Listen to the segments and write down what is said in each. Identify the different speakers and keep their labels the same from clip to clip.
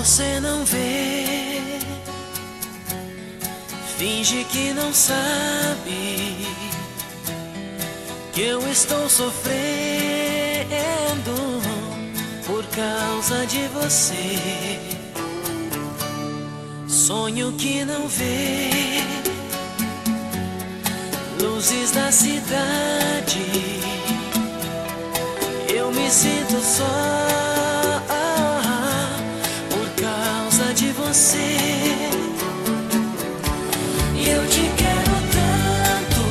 Speaker 1: você não vê, finge que não sabe que eu estou sofrendo por causa de você. Sonho que não vê luzes da cidade, eu me sinto só por causa de você. E eu te quero tanto,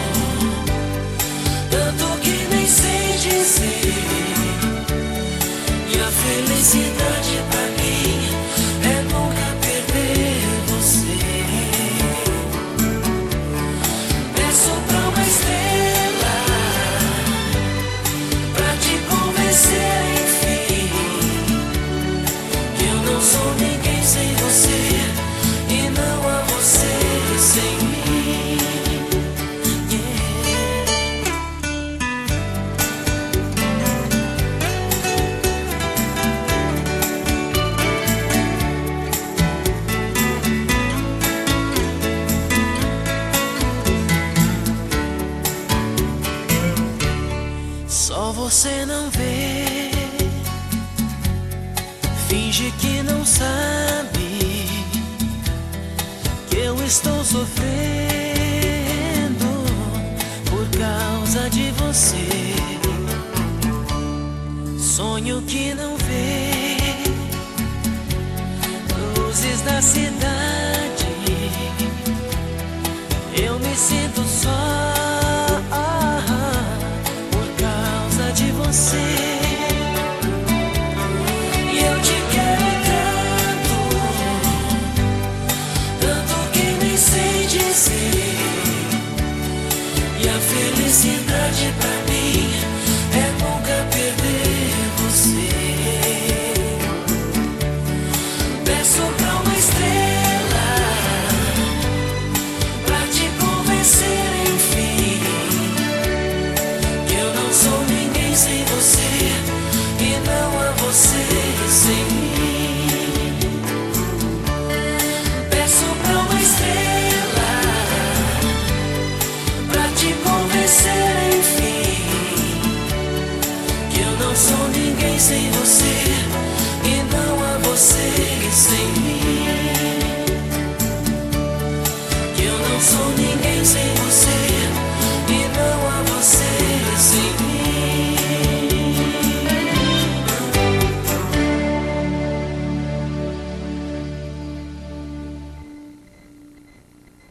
Speaker 1: tanto que nem sei dizer. E a felicidade pra mim é nunca perder você. Peço pra uma estrela pra te convencer, enfim, que eu não sou ninguém sem você e não há você sem mim. Só você não vê, finge que não sabe que eu estou sofrendo por causa de você. Sonho que não vê luzes da cidade, eu me sinto só de você. E eu te quero tanto, tanto que nem sei dizer. E a felicidade pra mim é nunca perder você. Peço pra uma estrela pra te convencer, enfim, que eu não sou ninguém sem você e não há você sem mim. Peço pra uma estrela pra te convencer, enfim, que eu não sou ninguém sem você e não há você sem mim.